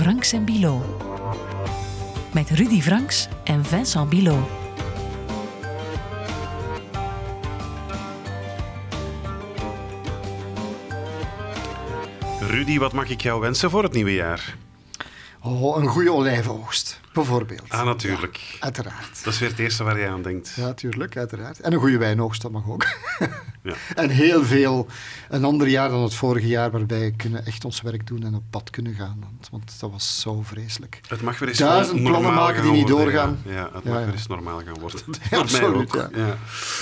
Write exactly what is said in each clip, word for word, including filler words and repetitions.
Franks en Bilot. Met Rudy Franks en Vincent Bilot. Rudy, wat mag ik jou wensen voor het nieuwe jaar? Oh, een goede olijfoogst, bijvoorbeeld. Ah, natuurlijk. Ja, uiteraard. Dat is weer het eerste waar je aan denkt. Ja, natuurlijk, uiteraard. En een goede wijnoogst, dat mag ook. Ja. En heel veel, een ander jaar dan het vorige jaar, waarbij we kunnen echt ons werk doen en op pad kunnen gaan. Want, want dat was zo vreselijk. Het mag weer eens Duizend plannen maken die niet worden, doorgaan. Ja, ja het ja, mag ja. weer eens normaal gaan worden. Ja, Voor absoluut, mij ook. ja. Ja.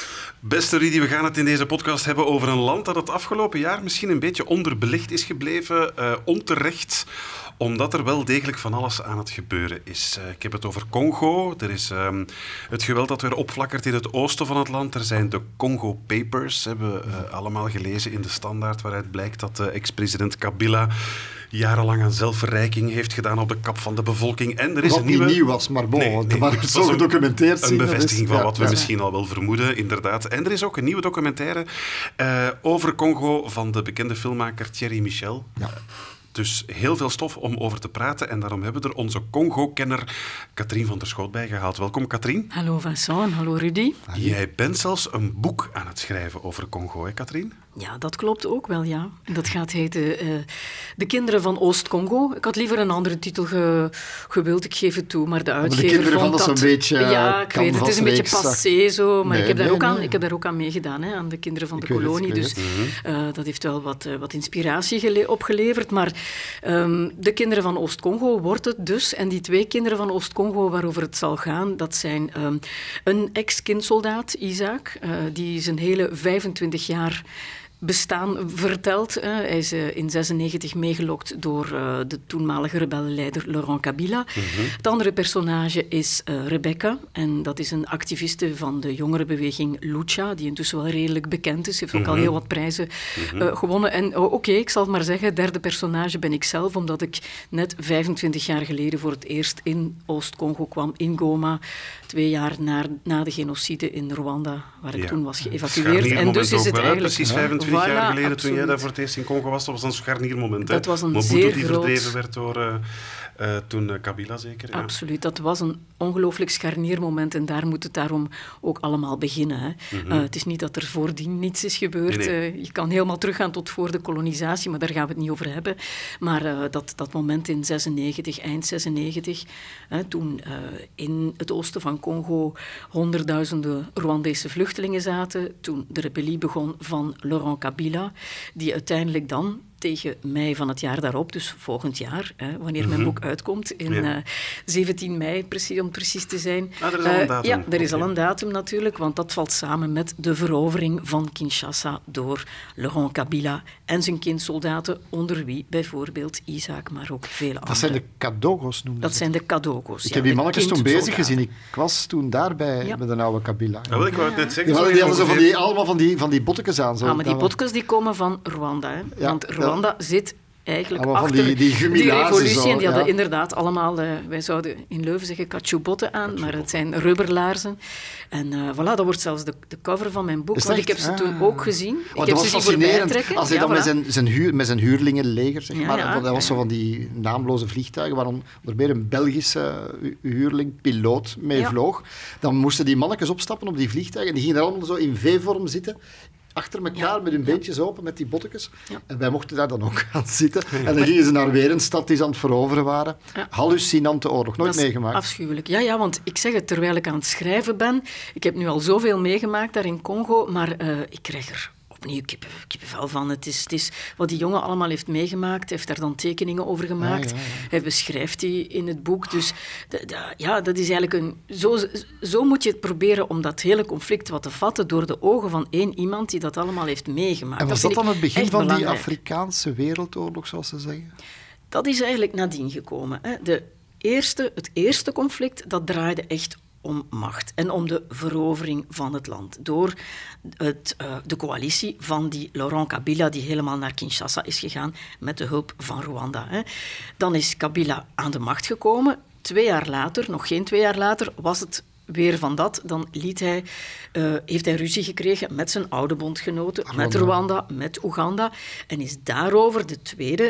Beste Rudy, we gaan het in deze podcast hebben over een land dat het afgelopen jaar misschien een beetje onderbelicht is gebleven, uh, onterecht, omdat er wel degelijk van alles aan het gebeuren is. Uh, ik heb het over Congo. Er is um, het geweld dat weer opflakkert in het oosten van het land. Er zijn de Congo Papers, hebben we uh, allemaal gelezen in de Standaard, waaruit blijkt dat uh, ex-president Kabila jarenlang aan zelfverrijking heeft gedaan op de kap van de bevolking. En er is wat een nieuwe... niet nieuw was, maar bon, nee, nee, maar het zo gedocumenteerd zien. Een bevestiging is, van ja, wat we ja. misschien al wel vermoeden, inderdaad. En er is ook een nieuwe documentaire uh, over Congo van de bekende filmmaker Thierry Michel. Ja. Dus heel veel stof om over te praten. En daarom hebben we er onze Congo-kenner Katrien van der Schoot bij gehaald. Welkom, Katrien. Hallo Vincent en hallo Rudy. Jij bent zelfs een boek aan het schrijven over Congo, hè, Katrien? Ja, dat klopt ook wel, ja. Dat gaat heten uh, De Kinderen van Oost-Congo. Ik had liever een andere titel ge, gewild, ik geef het toe, maar de uitgever maar de kinderen vond van dat dat... zo'n beetje... Ja, ik weet het, het is een beetje passé zo, maar nee, ik, heb daar nee, ook aan, nee. ik heb daar ook aan meegedaan, hè, aan De Kinderen van ik de Kolonie. Het, dus uh, dat heeft wel wat, uh, wat inspiratie gele- opgeleverd. Maar um, De Kinderen van Oost-Congo wordt het dus. En die twee kinderen van Oost-Congo waarover het zal gaan, dat zijn um, een ex-kindsoldaat, Isaac, uh, die zijn hele vijfentwintig jaar bestaan verteld. Uh, hij is uh, in zesennegentig meegelokt door uh, de toenmalige rebellenleider Laurent Kabila. Mm-hmm. Het andere personage is uh, Rebecca. En dat is een activiste van de jongerenbeweging Lucha, die intussen wel redelijk bekend is. Ze heeft mm-hmm. ook al heel wat prijzen mm-hmm. uh, gewonnen. En oh, oké, okay, ik zal het maar zeggen, derde personage ben ik zelf, omdat ik net vijfentwintig jaar geleden voor het eerst in Oost-Congo kwam, in Goma. Twee jaar na, na de genocide in Rwanda, waar ik ja. toen was geëvacueerd. En dus is het wel, eigenlijk... Precies vijfentwintig Voilà, jaar geleden, absoluut. toen jij daar voor het eerst in Congo was, dat was een scharniermoment. Dat hè? was een Mobutu zeer die groot... verdreven werd door uh, uh, toen uh, Kabila, zeker? Ja. Absoluut, dat was een ongelooflijk scharniermoment en daar moet het daarom ook allemaal beginnen. Hè. Mm-hmm. Uh, het is niet dat er voordien niets is gebeurd. Nee, nee. Uh, je kan helemaal teruggaan tot voor de kolonisatie, maar daar gaan we het niet over hebben. Maar uh, dat, dat moment in zesennegentig, eind zesennegentig, uh, toen uh, in het oosten van Congo honderdduizenden Rwandese vluchtelingen zaten, toen de rebellie begon van Laurent Kabila, die uiteindelijk dan tegen mei van het jaar daarop, dus volgend jaar, hè, wanneer mijn boek uitkomt, in ja. uh, zeventien mei, precies, om precies te zijn. Ah, er is al een datum. Uh, ja, er is okay. al een datum natuurlijk, want dat valt samen met de verovering van Kinshasa door Laurent Kabila en zijn kindsoldaten, onder wie bijvoorbeeld Isaac, maar ook vele anderen. Dat zijn de Kadogos, noemen ze. Dat zijn de Kadogos, Ik ja, heb die mannetjes toen bezig gezien. Ik was toen daarbij ja. met de oude Kabila. Ja, wel, ik wou het net zeggen. Die hadden, die hadden zo van die, allemaal van die, van die bottekes aan. Zo. Ah, maar die bottekes die komen van Rwanda. Hè? Ja, want Rwanda ja. zit eigenlijk allemaal achter die, die, die revolutie. Zo, en die hadden ja. inderdaad allemaal, uh, wij zouden in Leuven zeggen caoutchoucbotten aan, maar het zijn rubberlaarzen. En uh, voilà, dat wordt zelfs de, de cover van mijn boek, want ik heb ze ah. toen ook gezien. Oh, ik heb ze zien voorbij trekken. Als hij ja, dan voilà. met zijn, zijn, huur, met zijn huurlingenleger, zeg ja, maar, ja, dat was ja. zo van die naamloze vliegtuigen, waaronder meer een Belgische huurling, piloot, mee ja. vloog. Dan moesten die mannetjes opstappen op die vliegtuigen en die gingen allemaal zo in V-vorm zitten, achter elkaar ja. met hun beentjes ja. open, met die bottekes. Ja. En wij mochten daar dan ook gaan zitten. En dan gingen ze naar weer een stad die ze aan het veroveren waren. Ja. Hallucinante oorlog, nooit dat is meegemaakt. Afschuwelijk. Ja, ja, want ik zeg het terwijl ik aan het schrijven ben. Ik heb nu al zoveel meegemaakt daar in Congo, maar uh, ik krijg er opnieuw kippenvel van. Het is, het is wat die jongen allemaal heeft meegemaakt. Hij heeft daar dan tekeningen over gemaakt. Ja, ja, ja. Hij beschrijft die in het boek. Dus de, de, ja, dat is eigenlijk een... Zo, zo moet je het proberen om dat hele conflict wat te vatten door de ogen van één iemand die dat allemaal heeft meegemaakt. En was dat, dat dan het begin van belangrijk. die Afrikaanse wereldoorlog, zoals ze zeggen? Dat is eigenlijk nadien gekomen. Hè. De eerste, het eerste conflict, dat draaide echt om macht en om de verovering van het land door het, uh, de coalitie van die Laurent Kabila die helemaal naar Kinshasa is gegaan met de hulp van Rwanda. Hè. Dan is Kabila aan de macht gekomen. Twee jaar later, nog geen twee jaar later, was het weer van dat. Dan liet hij, uh, heeft hij ruzie gekregen met zijn oude bondgenoten, Rwanda. met Rwanda, met Oeganda en is daarover de tweede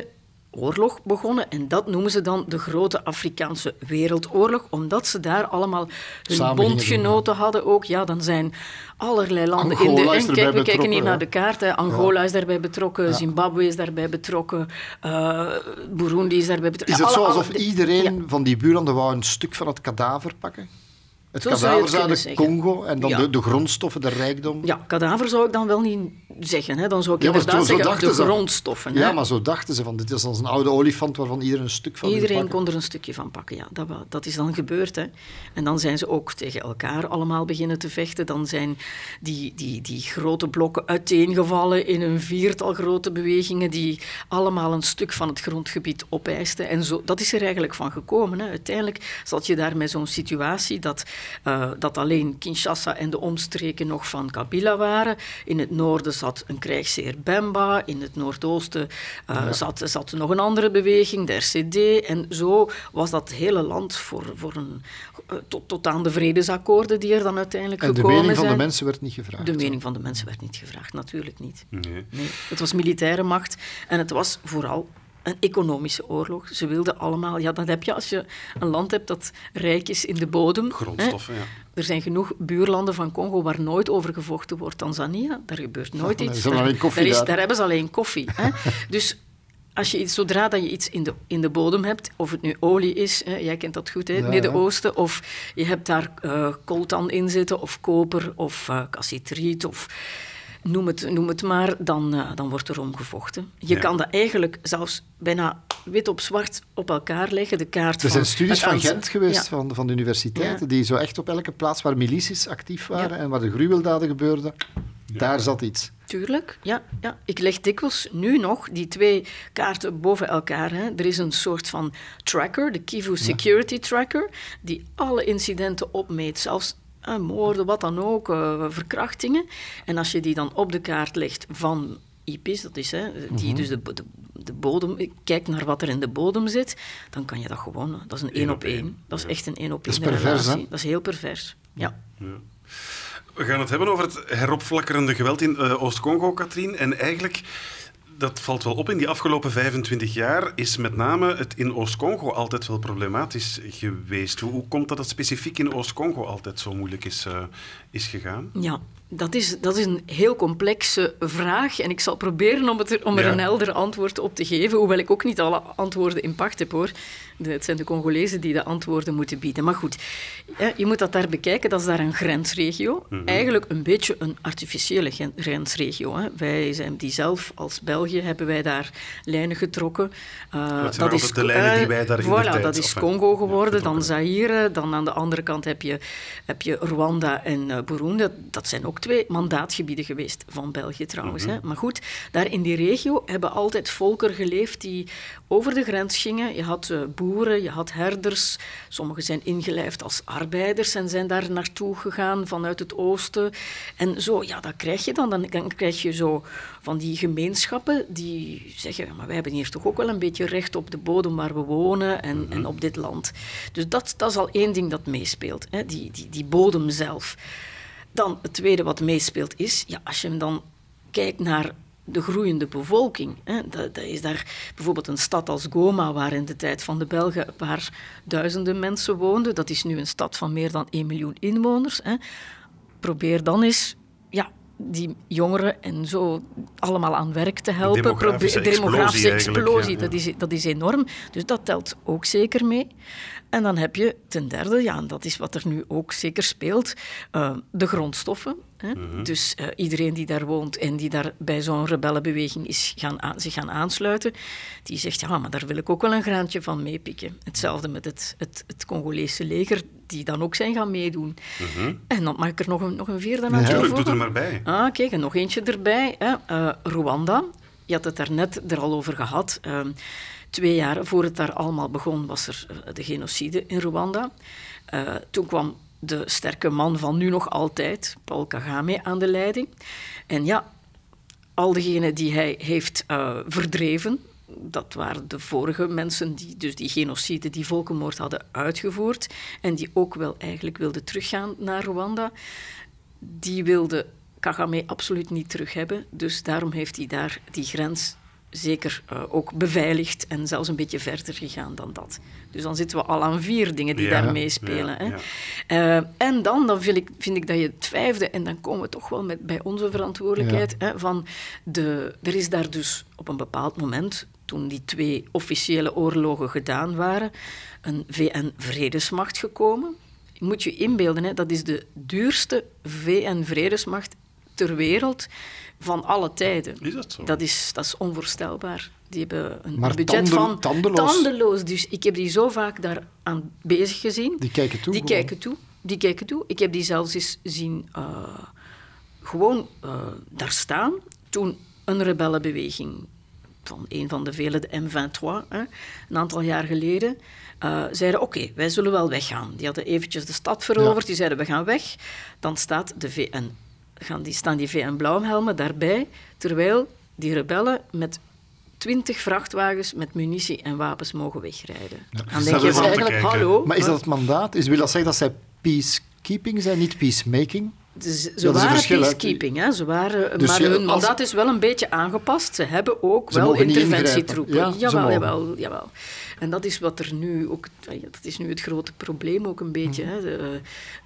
oorlog begonnen. En dat noemen ze dan de Grote Afrikaanse Wereldoorlog, omdat ze daar allemaal hun Samen bondgenoten hadden ook. Ja, dan zijn allerlei landen Angola in de... is En erbij kijk, we kijken hier betrokken, naar de kaart. Hè. Angola Ja. is daarbij betrokken, Ja. Zimbabwe is daarbij betrokken, uh, Burundi is daarbij betrokken. Is het Alle- zo alle- alsof iedereen Ja. van die buurlanden wou een stuk van het kadaver pakken? Het Zo zou je kadaver het zou kunnen de zeggen. Congo en dan Ja. de, de grondstoffen, de rijkdom. Ja, kadaver zou ik dan wel niet zeggen. Hè. Dan zou ik Ja, maar inderdaad zo- zo zeggen dachten de ze. grondstoffen. Ja, hè. maar zo dachten ze van, dit is als een oude olifant waarvan iedereen een stuk van wil Iedereen pakken. kon er een stukje van pakken, ja. Dat, wa- dat is dan gebeurd. Hè. En dan zijn ze ook tegen elkaar allemaal beginnen te vechten. Dan zijn die, die, die grote blokken uiteengevallen in een viertal grote bewegingen die allemaal een stuk van het grondgebied opeisten. En zo, dat is er eigenlijk van gekomen. Hè. Uiteindelijk zat je daar met zo'n situatie dat, uh, dat alleen Kinshasa en de omstreken nog van Kabila waren. In het noorden zat een krijgsheer Bemba. In het noordoosten uh, ja. zat, zat nog een andere beweging, de R C D. En zo was dat hele land voor, voor een, uh, tot, tot aan de vredesakkoorden die er dan uiteindelijk en gekomen zijn. de mening van de mensen werd niet gevraagd. De zo. mening van de mensen werd niet gevraagd, natuurlijk niet. Nee. Nee, het was militaire macht en het was vooral een economische oorlog. Ze wilden allemaal... Ja, dat heb je als je een land hebt dat rijk is in de bodem. Grondstoffen, hè. ja. Er zijn genoeg buurlanden van Congo waar nooit over gevochten wordt. Tanzania, daar gebeurt nooit Ja, iets. ze hebben Daar, alleen koffie daar, is, daar. daar hebben ze alleen koffie. Hè. Dus als je iets, zodra dat je iets in de, in de bodem hebt, of het nu olie is, hè, jij kent dat goed, hè, het Ja, Midden-Oosten, of je hebt daar uh, coltan in zitten, of koper, of uh, cassitriet, of... Noem het, noem het maar, dan, uh, dan wordt er om gevochten. Je Ja. kan dat eigenlijk zelfs bijna wit op zwart op elkaar leggen, de kaart Er van... zijn studies het van aantal- Gent geweest, Ja. van, van de universiteiten, Ja. die zo echt op elke plaats waar milities actief waren Ja. en waar de gruweldaden gebeurden, daar zat iets. Tuurlijk, ja, ja. Ik leg dikwijls nu nog die twee kaarten boven elkaar. Hè. Er is een soort van tracker, de Kivu Security Tracker, die alle incidenten opmeet, zelfs uh, moorden, wat dan ook, uh, verkrachtingen. En als je die dan op de kaart legt van I P I S, dat is hè, die Mhm. dus de, de, de bodem, kijkt naar wat er in de bodem zit, dan kan je dat gewoon, dat is een één op één. Dat is echt een één op één Dat is pervers, relatie. hè? Dat is heel pervers, ja. Ja. We gaan het hebben over het heropflakkerende geweld in uh, Oost-Congo, Katrien. En eigenlijk, dat valt wel op in die afgelopen vijfentwintig jaar, is met name het in Oost-Congo altijd wel problematisch geweest. Hoe, hoe komt dat het specifiek in Oost-Congo altijd zo moeilijk is, uh, is gegaan? Ja, dat is, dat is een heel complexe vraag en ik zal proberen om, het er, om er Ja. een helder antwoord op te geven, hoewel ik ook niet alle antwoorden in pacht heb, hoor. De, het zijn de Congolezen die de antwoorden moeten bieden. Maar goed, ja, je moet dat daar bekijken. Dat is daar een grensregio. Mm-hmm. Eigenlijk een beetje een artificiële gen- grensregio. Hè. Wij zijn die zelf, als België, hebben wij daar lijnen getrokken. Uh, Dat zijn altijd de lijnen die wij daar in de voilà, tijd, dat is of, hè, Congo ja, geworden, dan getrokken. Zaire, dan aan de andere kant heb je, heb je Rwanda en uh, Burundi. Dat, dat zijn ook twee mandaatgebieden geweest van België trouwens. Mhm. Hè. Maar goed, daar in die regio hebben altijd volkeren geleefd die over de grens gingen. Je had uh, boeren, je had herders. Sommigen zijn ingelijfd als arbeiders en zijn daar naartoe gegaan vanuit het oosten. En zo, ja, dat krijg je dan. Dan, dan krijg je zo van die gemeenschappen die zeggen, maar wij hebben hier toch ook wel een beetje recht op de bodem waar we wonen en, Mhm. en op dit land. Dus dat, dat is al één ding dat meespeelt, hè, die, die, die bodem zelf. Dan het tweede wat meespeelt is, ja, als je hem dan kijkt naar de groeiende bevolking. Hè, dat, dat is daar bijvoorbeeld een stad als Goma, waar in de tijd van de Belgen een paar duizenden mensen woonden. Dat is nu een stad van meer dan één miljoen inwoners. Hè. Probeer dan eens ja, die jongeren en zo allemaal aan werk te helpen. Demografische Probeer, demografische explosie explosie, eigenlijk, ja, dat, is, dat is enorm. Dus dat telt ook zeker mee. En dan heb je ten derde, ja, en dat is wat er nu ook zeker speelt, uh, de grondstoffen. Hè? Mhm. Dus uh, iedereen die daar woont en die daar bij zo'n rebellenbeweging is gaan aan, zich gaan aansluiten, die zegt, ja, maar daar wil ik ook wel een graantje van meepikken. Hetzelfde met het, het, het Congolese leger, die dan ook zijn gaan meedoen. Mhm. En dan mag ik er nog een, nog een vierde aan Tuurlijk, toevoegen. doe er maar bij. Ah, kijk, en nog eentje erbij. Hè. Uh, Rwanda, je had het daarnet er al over gehad. Uh, twee jaar voor het daar allemaal begon, was er uh, de genocide in Rwanda. Uh, toen kwam de sterke man van nu nog altijd, Paul Kagame, aan de leiding. En ja, al diegenen die hij heeft uh, verdreven, dat waren de vorige mensen die dus die genocide, die volkenmoord hadden uitgevoerd en die ook wel eigenlijk wilden teruggaan naar Rwanda. Die wilden Kagame absoluut niet terug hebben, dus daarom heeft hij daar die grens zeker uh, ook beveiligd en zelfs een beetje verder gegaan dan dat. Dus dan zitten we al aan vier dingen die ja, daar meespelen. Ja, hè. Ja. Uh, en dan, dan vind, ik, vind ik dat je het vijfde, en dan komen we toch wel met, bij onze verantwoordelijkheid, ja. hè, van de, er is daar dus op een bepaald moment, toen die twee officiële oorlogen gedaan waren, een V N-vredesmacht gekomen. Je moet je inbeelden, hè, dat is de duurste V N-vredesmacht ter wereld van alle tijden. Is dat zo? Dat is, dat is onvoorstelbaar. Die hebben een maar budget tanden, van tandeloos. tandeloos. Dus ik heb die zo vaak daaraan bezig gezien. Die kijken toe. Die gewoon. kijken toe. Die kijken toe. Ik heb die zelfs eens zien uh, gewoon uh, daar staan. Toen een rebellenbeweging van een van de vele, de M drieëntwintig, hè, een aantal jaar geleden, uh, zeiden oké, okay, wij zullen wel weggaan. Die hadden eventjes de stad veroverd. Ja. Die zeiden we gaan weg. Dan staat de V N... Gaan die, staan die V N-blauwhelmen daarbij, terwijl die rebellen met twintig vrachtwagens met munitie en wapens mogen wegrijden. Ja. Dan denk je van, eigenlijk, hallo... Maar is dat het mandaat? Is, wil dat zeggen dat zij peacekeeping zijn, niet peacemaking? Dus ze dat waren peacekeeping, hè. Ze waren, dus maar hun mandaat als... is wel een beetje aangepast. Ze hebben ook ze wel interventietroepen. Ja, jawel, jawel, jawel. En dat is wat er nu ook... Dat is nu het grote probleem ook een beetje. Hè. De,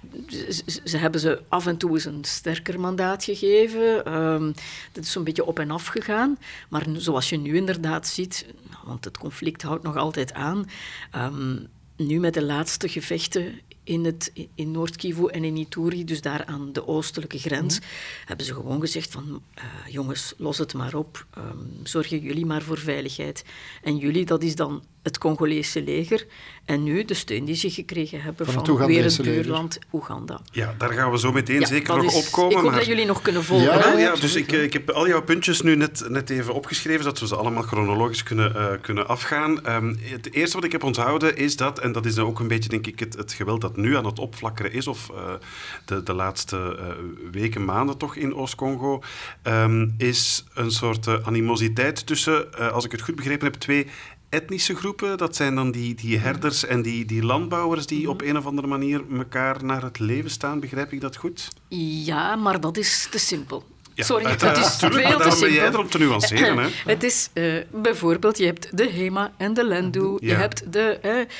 ze, ze hebben ze af en toe eens een sterker mandaat gegeven. Um, dat is zo'n beetje op en af gegaan. Maar zoals je nu inderdaad ziet... Want het conflict houdt nog altijd aan. Um, nu met de laatste gevechten... In, het, in Noord-Kivu en in Ituri, dus daar aan de oostelijke grens, mm. hebben ze gewoon gezegd van, uh, jongens, los het maar op, um, zorgen jullie maar voor veiligheid. En jullie, dat is dan het Congolese leger. En nu de steun die ze gekregen hebben van, van weer het buurland Oeganda. Ja, daar gaan we zo meteen ja, zeker nog is, opkomen. Ik hoop maar... dat jullie nog kunnen volgen. Ja, ja, ja dus ik, ik heb al jouw puntjes nu net, net even opgeschreven, zodat we ze allemaal chronologisch kunnen, uh, kunnen afgaan. Um, het eerste wat ik heb onthouden is dat, en dat is dan ook een beetje, denk ik, het, het geweld dat nu aan het opflakkeren is, of uh, de, de laatste uh, weken, maanden toch in Oost-Congo, um, is een soort uh, animositeit tussen, uh, als ik het goed begrepen heb, twee etnische groepen. Dat zijn dan die, die herders en die, die landbouwers die op een of andere manier elkaar naar het leven staan. Begrijp ik dat goed? Ja, maar dat is te simpel. Ja, Sorry, het is veel te simpel. Daarom ben jij er om te nuanceren. Hè? Het is uh, bijvoorbeeld, je hebt de Hema en de Lendu, ja. je hebt de, uh, uh,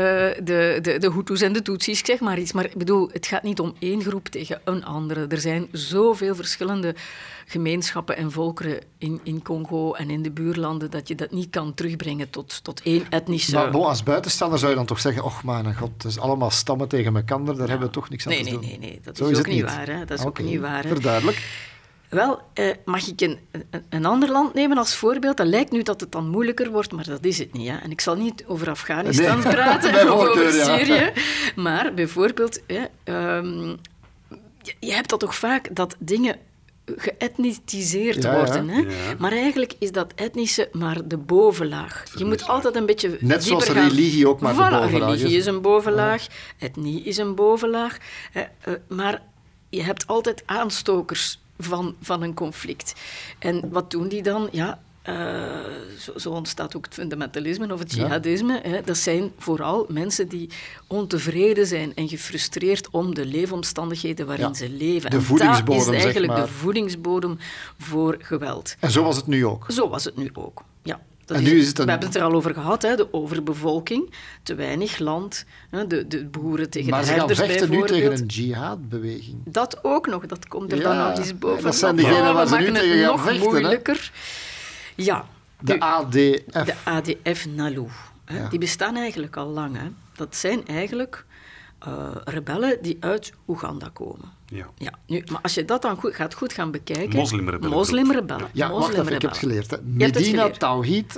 de, de, de Hutus en de Tutsis, ik zeg maar iets. Maar ik bedoel, het gaat niet om één groep tegen een andere. Er zijn zoveel verschillende gemeenschappen en volkeren in, in Congo en in de buurlanden dat je dat niet kan terugbrengen tot, tot één etnische... Maar bon, als buitenstaander zou je dan toch zeggen, och man, god, het is allemaal stammen tegen elkaar, daar ja. hebben we toch niks aan nee, te nee, doen. Nee, nee, nee, dat Zo is, is ook het niet niet waar. Hè? Dat is okay, ook niet waar. Hè? Verduidelijk. Wel, eh, mag ik een, een, een ander land nemen als voorbeeld? Dat lijkt nu dat het dan moeilijker wordt, maar dat is het niet. Hè? En ik zal niet over Afghanistan nee. praten, of over Syrië. Ja. Maar bijvoorbeeld, eh, um, je, je hebt dat toch vaak, dat dingen geëtnitiseerd ja, worden. Hè? Ja. Maar eigenlijk is dat etnische maar de bovenlaag. Je moet altijd een beetje Net zoals gaan. Religie ook maar voilà, de bovenlaag religie is. is een bovenlaag, ja. etnie is een bovenlaag. Hè? Uh, maar je hebt altijd aanstokers van, van een conflict. En wat doen die dan? Ja, uh, zo, zo ontstaat ook het fundamentalisme of het jihadisme. Ja. Hè. Dat zijn vooral mensen die ontevreden zijn en gefrustreerd om de leefomstandigheden waarin ja. ze leven. De en voedingsbodem, dat is eigenlijk zeg maar. de voedingsbodem voor geweld. En zo was het nu ook? Zo was het nu ook, ja. Dat en is, nu is het een... We hebben het er al over gehad, hè, de overbevolking, te weinig land, hè, de, de boeren tegen maar de herders bijvoorbeeld. Maar ze gaan vechten nu tegen een jihadbeweging. Dat ook nog, dat komt er ja, dan nog eens bovenop. Dat zijn degenen oh, waar ze nu maken tegen het gaan nog vechten. moeilijker. Hè? Ja. De A D F. De A D F Nalu. Hè, ja. Die bestaan eigenlijk al lang. Hè. Dat zijn eigenlijk uh, rebellen die uit Oeganda komen. Ja. Ja, nu, maar als je dat dan goed, gaat goed gaan bekijken... Moslimrebellen. Moslimrebellen. Ja, Moslim wacht even, ik heb het geleerd. Hè. Je Medina het Tawhid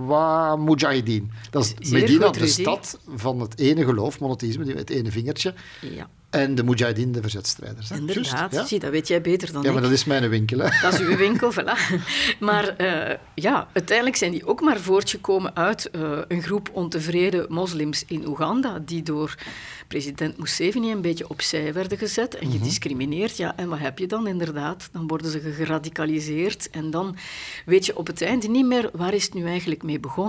wa Mujahideen. Dat is Zeer Medina, goed, de Rudy. stad van het ene geloof, monotheïsme, het ene vingertje. Ja. En de Mujahideen, de verzetstrijders. Hè. Inderdaad, Just, ja? zie, dat weet jij beter dan Ja, maar ik. dat is mijn winkel. Hè. Dat is uw winkel, voilà. Maar uh, ja, uiteindelijk zijn die ook maar voortgekomen uit uh, een groep ontevreden moslims in Oeganda, die door president Museveni een beetje opzij werden gezet en gediscrimineerd. Ja, en wat heb je dan inderdaad? Dan worden ze geradicaliseerd en dan weet je op het einde niet meer waar is het nu eigenlijk mee begonnen.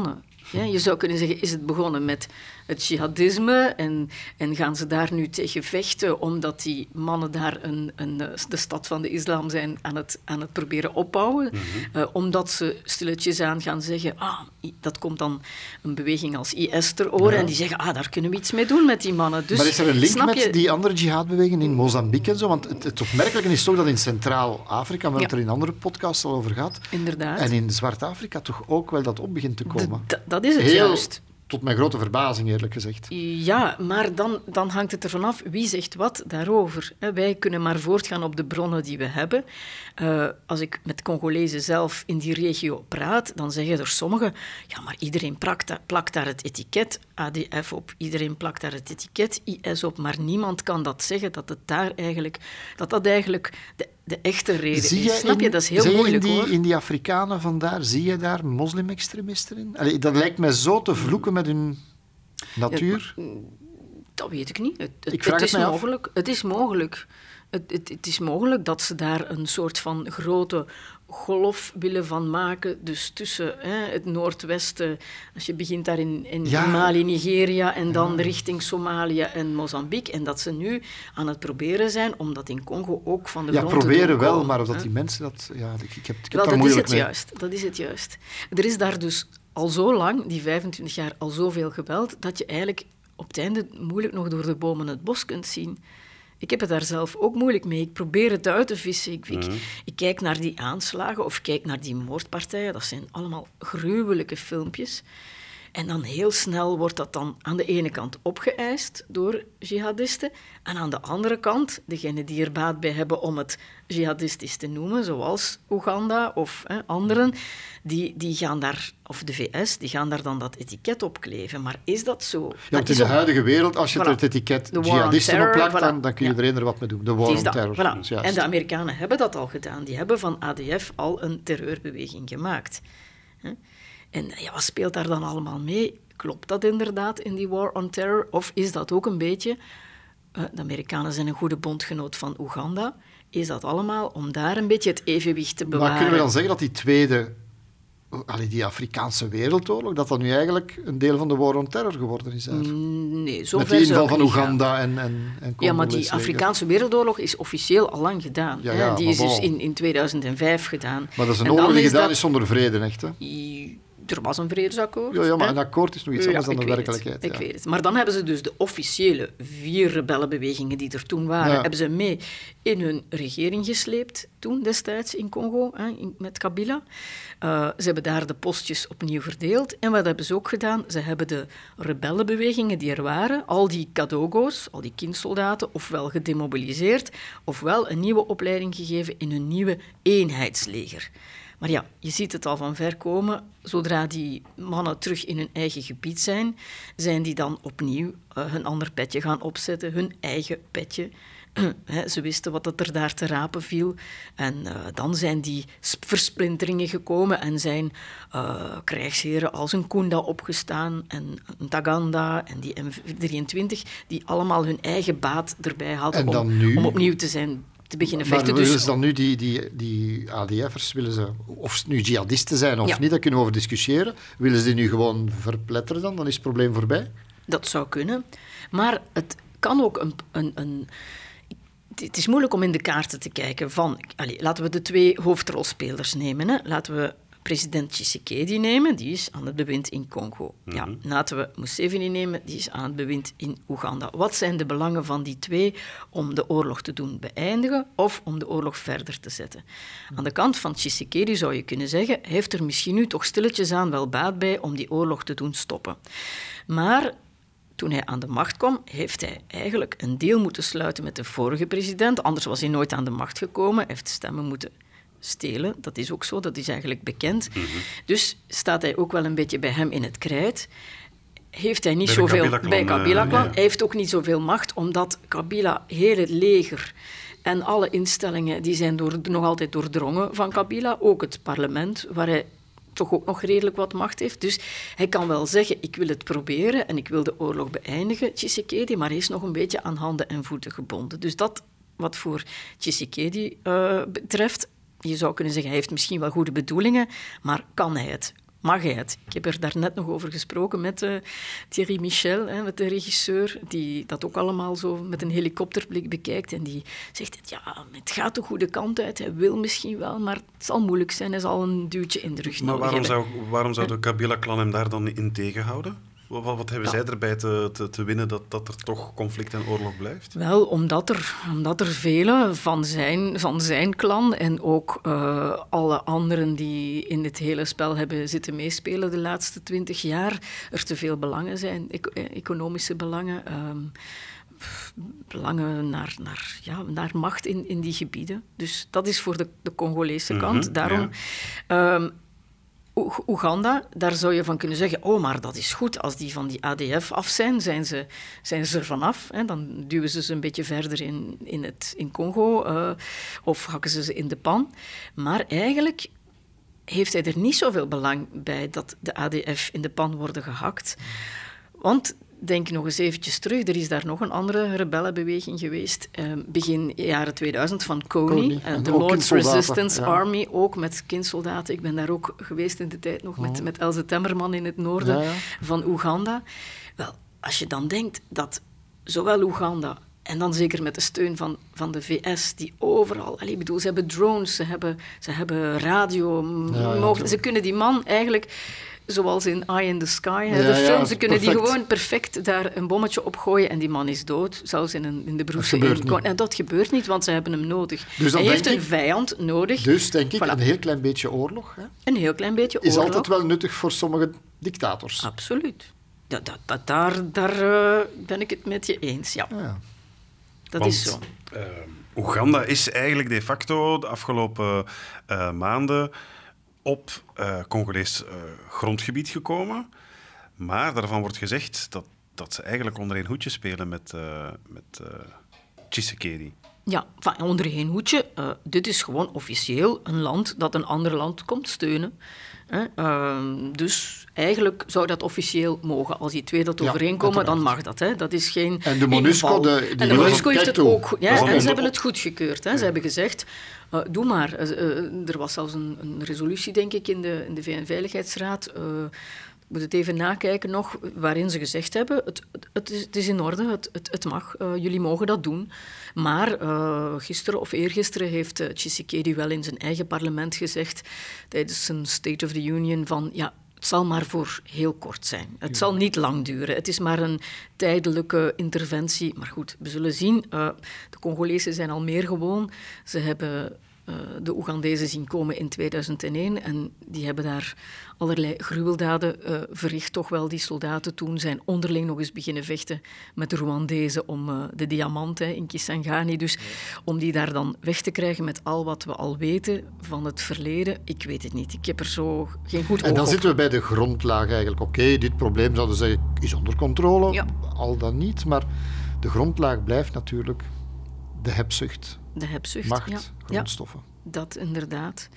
Ja, je zou kunnen zeggen, is het begonnen met het jihadisme en, en gaan ze daar nu tegen vechten omdat die mannen daar een, een, de stad van de islam zijn aan het, aan het proberen opbouwen? Mm-hmm. Uh, omdat ze stilletjes aan gaan zeggen, ah, dat komt dan een beweging als I S ter oren ja. en die zeggen, ah, daar kunnen we iets mee doen met die mannen. Dus, maar is er een link met je... die andere jihadbewegingen in Mozambique en zo? Want het, het opmerkelijke is toch dat in Centraal-Afrika, waar ja. het er in andere podcasts al over gaat, inderdaad. En in Zwart-Afrika toch ook wel dat op begint te komen. D- dat is het Heel, juist. Tot mijn grote verbazing, eerlijk gezegd. Ja, maar dan, dan hangt het ervan af wie zegt wat daarover. Wij kunnen maar voortgaan op de bronnen die we hebben. Uh, als ik met Congolezen zelf in die regio praat, dan zeggen er sommigen, ja, maar iedereen plakt, plakt daar het etiket A D F op, iedereen plakt daar het etiket I S op, maar niemand kan dat zeggen, dat het daar eigenlijk, dat dat eigenlijk de, de echte reden zie is. Snap in, je? Dat is heel moeilijk, in die, hoor. In die Afrikanen vandaar, zie je daar moslimextremisten in? Allee, dat lijkt mij zo te vloeken met hun natuur. Ja, dat weet ik niet. Het, het, ik vraag het, het is mij af. mogelijk. Het is mogelijk. Het, het, het is mogelijk dat ze daar een soort van grote golf willen van maken. Dus tussen hè, het noordwesten, als je begint daar in, in ja. Mali, Nigeria en dan ja. richting Somalië en Mozambique. En dat ze nu aan het proberen zijn om dat in Congo ook van de ja, grond te doen proberen wel, komen, maar of dat hè? die mensen dat... Ja, ik, ik heb, ik heb Wel, daar dat moeilijk is het mee. juist. Dat is het juist. Er is daar dus al zo lang, die vijfentwintig jaar, al zoveel geweld, dat je eigenlijk op het einde moeilijk nog door de bomen het bos kunt zien. Ik heb het daar zelf ook moeilijk mee. Ik probeer het uit te vissen. Ik, ik, Mm-hmm. ik kijk naar die aanslagen of kijk naar die moordpartijen. Dat zijn allemaal gruwelijke filmpjes. En dan heel snel wordt dat dan aan de ene kant opgeëist door jihadisten. En aan de andere kant, degenen die er baat bij hebben om het jihadistisch te noemen, zoals Oeganda of hè, anderen, die, die gaan daar, of de V S, die gaan daar dan dat etiket op kleven. Maar is dat zo? Ja, Dat want in is de op- huidige wereld, als je Voilà. er het etiket The war on jihadisten op terror, plakt, dan, voilà. dan kun je Ja. er eender wat mee doen. De war Die is on dat, terror. voilà. Dat is juist. En de Amerikanen hebben dat al gedaan. Die hebben van A D F al een terreurbeweging gemaakt. Hè? En ja, wat speelt daar dan allemaal mee? Klopt dat inderdaad in die war on terror? Of is dat ook een beetje... Uh, de Amerikanen zijn een goede bondgenoot van Oeganda. Is dat allemaal om daar een beetje het evenwicht te bewaren? Maar kunnen we dan zeggen dat die tweede... Allee, die Afrikaanse wereldoorlog, dat dat nu eigenlijk een deel van de war on terror geworden is? Daar. Nee, zo Met ver die zou inval ik van niet gaan. Oeganda en, en, en Ja, maar die Congolese Afrikaanse wereldoorlog is officieel al lang gedaan. Ja, hè. ja, Die maar is dus bon. in, in tweeduizend vijf gedaan. Maar dat is een En dan oorlog die is gedaan dat- is zonder vrede, echt. Hè? I- Er was een vredesakkoord. Ja, ja, maar hè. een akkoord is nog iets Ja, anders dan ik de weet het, werkelijkheid. Ik ja. weet het. Maar dan hebben ze dus de officiële vier rebellenbewegingen die er toen waren, Ja. hebben ze mee in hun regering gesleept, toen destijds in Congo, hè, in- met Kabila. Uh, ze hebben daar de postjes opnieuw verdeeld. En wat hebben ze ook gedaan? Ze hebben de rebellenbewegingen die er waren, al die Kadogo's, al die kindsoldaten, ofwel gedemobiliseerd, ofwel een nieuwe opleiding gegeven in hun nieuwe eenheidsleger. Maar ja, je ziet het al van ver komen. Zodra die mannen terug in hun eigen gebied zijn, zijn die dan opnieuw uh, hun ander petje gaan opzetten, hun eigen petje. He, ze wisten wat het er daar te rapen viel. En uh, dan zijn die sp- versplinteringen gekomen en zijn uh, krijgsheren als een Kunda opgestaan en een Taganda en die M drieëntwintig, die allemaal hun eigen baat erbij hadden En dan om, nu- om opnieuw te zijn. Te beginnen Maar vechten. willen Dus ze dan nu die, die, die A D F'ers, willen ze, of ze nu jihadisten zijn of Ja. niet, daar kunnen we over discussiëren. Willen ze die nu gewoon verpletteren dan? Dan is het probleem voorbij. dat zou kunnen. Maar het kan ook een... een, een het is moeilijk om in de kaarten te kijken van... Allez, laten we de twee hoofdrolspelers nemen. Hè. Laten we president Tshisekedi nemen, die is aan het bewind in Congo. Ja, laten we Museveni nemen, die is aan het bewind in Oeganda. Wat zijn de belangen van die twee om de oorlog te doen beëindigen of om de oorlog verder te zetten? Aan de kant van Tshisekedi zou je kunnen zeggen, hij heeft er misschien nu toch stilletjes aan wel baat bij om die oorlog te doen stoppen. Maar toen hij aan de macht kwam, heeft hij eigenlijk een deal moeten sluiten met de vorige president. Anders was hij nooit aan de macht gekomen. Hij heeft stemmen moeten stelen. Dat is ook zo, dat is eigenlijk bekend. Mm-hmm. Dus staat hij ook wel een beetje bij hem in het krijt. Heeft hij niet bij zoveel... Kabila bij Kabila uh, kwam. ja. Hij heeft ook niet zoveel macht, omdat Kabila heel het leger en alle instellingen, die zijn door, nog altijd doordrongen van Kabila. Ook het parlement, waar hij toch ook nog redelijk wat macht heeft. Dus hij kan wel zeggen, ik wil het proberen en ik wil de oorlog beëindigen, Tshisekedi, maar hij is nog een beetje aan handen en voeten gebonden. Dus dat wat voor Tshisekedi uh, betreft, je zou kunnen zeggen, hij heeft misschien wel goede bedoelingen, maar kan hij het mag hij het? Ik heb er daarnet nog over gesproken met uh, Thierry Michel, hè, met de regisseur, die dat ook allemaal zo met een helikopterblik bekijkt. En die zegt, ja, het gaat de goede kant uit. Hij wil misschien wel, maar het zal moeilijk zijn. Hij zal een duwtje in de rug maar nodig waarom hebben. zou, waarom zou de Kabila-klan hem daar dan in tegenhouden? Wat, wat hebben ja. zij erbij te, te, te winnen dat, dat er toch conflict en oorlog blijft? Wel, omdat er, omdat er vele van zijn, van zijn klan en ook uh, alle anderen die in dit hele spel hebben zitten meespelen de laatste twintig jaar, er te veel belangen zijn, eco- economische belangen, um, belangen naar, naar, ja, naar macht in, in die gebieden. Dus dat is voor de, de Congolese mm-hmm, kant. Daarom... Ja. Um, Oeganda, daar zou je van kunnen zeggen, oh, maar dat is goed. Als die van die A D F af zijn, zijn ze, zijn ze er vanaf. Hè. Dan duwen ze ze een beetje verder in, in, het, in Congo uh, of hakken ze ze in de pan. Maar eigenlijk heeft hij er niet zoveel belang bij dat de A D F in de pan worden gehakt. Want... Denk nog eens eventjes terug, er is daar nog een andere rebellenbeweging geweest, eh, begin jaren tweeduizend van Kony, uh, de Lord's Resistance ja. Army, ook met kindsoldaten. Ik ben daar ook geweest in de tijd nog met, oh. met Else Temmerman in het noorden ja, ja. van Oeganda. Wel, als je dan denkt dat zowel Oeganda en dan zeker met de steun van, van de V S, die overal... Allee, ik bedoel, ze hebben drones, ze hebben, ze hebben radio, ja, ja, mogen, ze kunnen die man eigenlijk... Zoals in Eye in the Sky, hè, ja, de film. Ja, ze kunnen perfect. die gewoon perfect daar een bommetje op gooien en die man is dood. Zelfs in, een, in de broekse. En dat gebeurt niet, want ze hebben hem nodig. Dus hij heeft een ik, vijand nodig. Dus denk ik, voilà. een heel klein beetje oorlog. Hè, een heel klein beetje is oorlog. Is altijd wel nuttig voor sommige dictators. Absoluut. Dat, dat, dat, daar daar uh, ben ik het met je eens, ja. ja. Dat want, is zo. Uh, Oeganda is eigenlijk de facto de afgelopen uh, maanden... op uh, Congolees uh, grondgebied gekomen. Maar daarvan wordt gezegd dat, dat ze eigenlijk onder één hoedje spelen met, uh, met uh, Tshisekedi. Ja, van onder één hoedje. Uh, dit is gewoon officieel een land dat een ander land komt steunen. Hè? Uh, dus eigenlijk zou dat officieel mogen. Als die twee dat ja, overeenkomen, dan mag dat. Hè? Dat is geen en de MONUSCO, de, en de MONUSCO heeft het ook. Ja, en ze hebben het goedgekeurd. Hè? Ja. Ze hebben gezegd, uh, doe maar. Uh, uh, er was zelfs een, een resolutie, denk ik, in de, in de V N-veiligheidsraad... Uh, ik moet het even nakijken nog, waarin ze gezegd hebben, het, het, het, is, het is in orde, het, het, het mag, uh, jullie mogen dat doen. Maar uh, gisteren of eergisteren heeft uh, Tshisekedi wel in zijn eigen parlement gezegd, tijdens zijn State of the Union, van ja, het zal maar voor heel kort zijn. Het ja. zal niet lang duren. Het is maar een tijdelijke interventie. Maar goed, we zullen zien. Uh, de Congolezen zijn al meer gewoon. Ze hebben... Uh, de Oegandezen zien komen in tweeduizend één en die hebben daar allerlei gruweldaden uh, verricht. Toch wel, die soldaten toen zijn onderling nog eens beginnen vechten met de Rwandezen om uh, de diamant hè, in Kisangani. Dus ja. om die daar dan weg te krijgen met al wat we al weten van het verleden, ik weet het niet. Ik heb er zo geen goed oog En dan op. zitten we bij de grondlaag eigenlijk. Oké, okay, dit probleem zouden we zeggen is onder controle, ja. al dan niet. Maar de grondlaag blijft natuurlijk de hebzucht. De hebzucht, macht, ja. grondstoffen. Ja, dat inderdaad.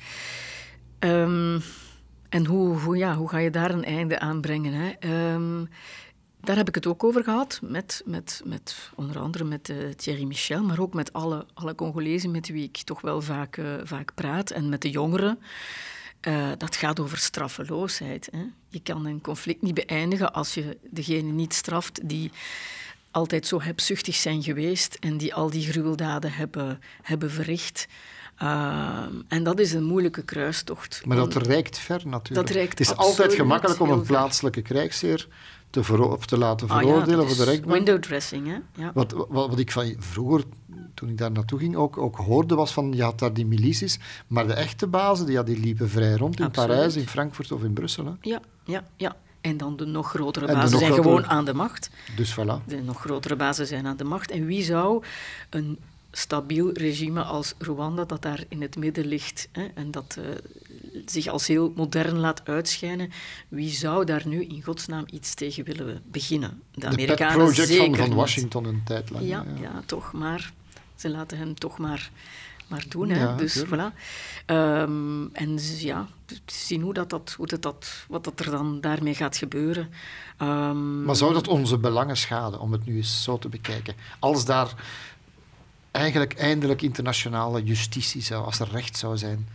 Um, en hoe, hoe, ja, hoe ga je daar een einde aan brengen? Hè? Um, daar heb ik het ook over gehad, met, met, met, onder andere met uh, Thierry Michel, maar ook met alle, alle Congolezen met wie ik toch wel vaak, uh, vaak praat, en met de jongeren. Uh, dat gaat over straffeloosheid. Hè? Je kan een conflict niet beëindigen als je degene niet straft die... altijd zo hebzuchtig zijn geweest en die al die gruweldaden hebben, hebben verricht. Uh, en dat is een moeilijke kruistocht. Maar dat reikt ver natuurlijk. Dat reikt het is altijd gemakkelijk om een plaatselijke krijgsheer te, vero- of te laten veroordelen ah, ja, voor de rechtbank. Window dressing, hè? Ja. Wat, wat, wat ik van vroeger, toen ik daar naartoe ging, ook, ook hoorde was van, je had daar die milities, maar de echte bazen die, ja, die liepen vrij rond in Absoluut. Parijs, in Frankfurt of in Brussel. Hè. Ja, ja, ja. En dan de nog grotere bazen nog zijn grotere... gewoon aan de macht. Dus voilà. De nog grotere bazen zijn aan de macht. En wie zou een stabiel regime als Rwanda, dat daar in het midden ligt hè, en dat uh, zich als heel modern laat uitschijnen, wie zou daar nu in godsnaam iets tegen willen beginnen? De Amerikanen pet project zeker van, van niet. Washington een tijd lang. Ja, ja. ja, toch, maar ze laten hem toch maar... maar doen. Hè. Ja, dus voilà. Um, en ja, zien hoe dat, dat, hoe dat, dat, wat dat er dan daarmee gaat gebeuren. Um, maar zou dat onze belangen schaden, om het nu eens zo te bekijken? Als daar eigenlijk eindelijk internationale justitie zou, als er recht zou zijn,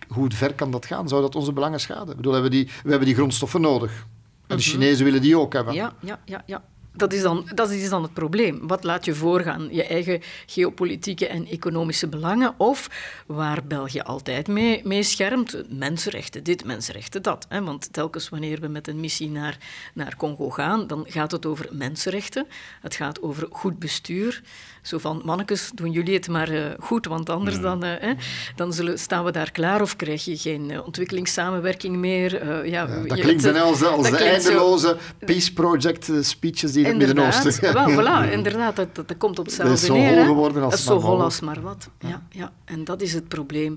hoe ver kan dat gaan? Zou dat onze belangen schaden? Ik bedoel, we, hebben die, we hebben die grondstoffen nodig. En de Chinezen willen die ook hebben. Ja, ja, ja, ja. Dat is, dan, dat is dan het probleem. Wat laat je voorgaan? Je eigen geopolitieke en economische belangen of waar België altijd mee, mee schermt? Mensenrechten dit, mensenrechten dat. Hè? Want telkens wanneer we met een missie naar, naar Congo gaan, dan gaat het over mensenrechten. Het gaat over goed bestuur. Zo van, mannetjes, doen jullie het maar uh, goed, want anders ja. dan, uh, hè, dan zullen, staan we daar klaar of krijg je geen uh, ontwikkelingssamenwerking meer. Uh, ja, ja, dat je, klinkt bijna als, als de eindeloze zo, Peace Project uh, speeches die in het Midden-Oosten... Wel, voilà, inderdaad, dat, dat, dat komt op hetzelfde neer. Dat is zo hol geworden als dat is zo hol als maar wat. Ja. Ja, ja. En dat is het probleem.